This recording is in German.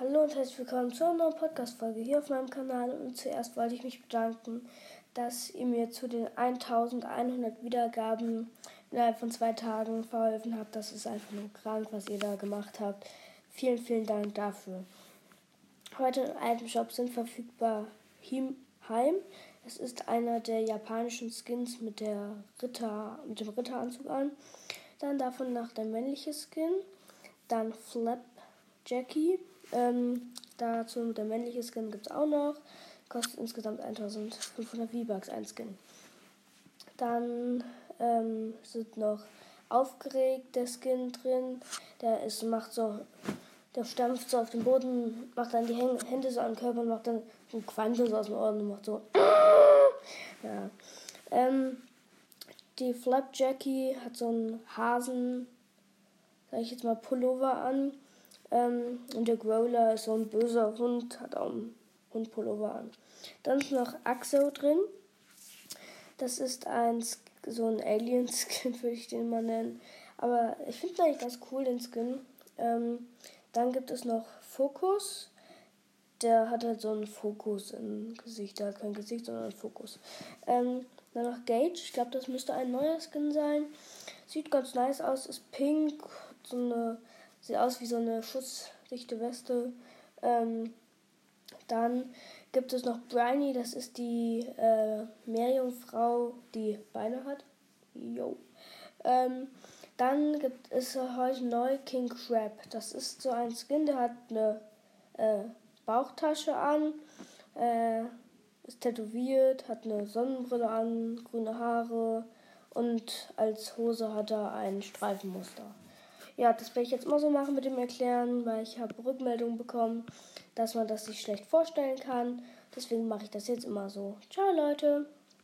Hallo und herzlich willkommen zu einer neuen Podcast-Folge hier auf meinem Kanal. Und zuerst wollte ich mich bedanken, dass ihr mir zu den 1100 Wiedergaben innerhalb von 2 Tagen verholfen habt. Das ist einfach nur krank, was ihr da gemacht habt. Vielen, vielen Dank dafür. Heute im Itemshop sind verfügbar Heim. Es ist einer der japanischen Skins mit dem Ritteranzug an. Dann davon noch der männliche Skin. Dann Flap Jackie. Dazu der männliche Skin gibt es auch noch. Kostet insgesamt 1500 V-Bucks ein Skin. Dann sind noch aufgeregt der Skin drin. Der stampft so auf den Boden, macht dann die Hände so an den Körper und macht dann so ein Quantum so aus dem Ohren und macht so. Ja. Die Flap Jackie hat so einen Hasen, sag ich jetzt mal, Pullover an. Und der Growler ist so ein böser Hund, hat auch einen Hundpullover an. Dann ist noch Axo drin. Das ist so ein Alien-Skin, würde ich den mal nennen. Aber ich finde ihn eigentlich ganz cool, den Skin. Dann gibt es noch Fokus. Der hat halt so einen Fokus im Gesicht. Der hat kein Gesicht, sondern einen Fokus. Dann noch Gage. Ich glaube, das müsste ein neuer Skin sein. Sieht ganz nice aus. Ist pink. Sieht aus wie so eine schutzdichte Weste. Dann gibt es noch Briny. Das ist die Meerjungfrau, die Beine hat. Jo. Dann gibt es heute neu King Crab. Das ist so ein Skin, der hat eine Bauchtasche an, ist tätowiert, hat eine Sonnenbrille an, grüne Haare und als Hose hat er ein Streifenmuster. Ja, das werde ich jetzt immer so machen mit dem Erklären, weil ich habe Rückmeldungen bekommen, dass man das sich schlecht vorstellen kann. Deswegen mache ich das jetzt immer so. Ciao, Leute!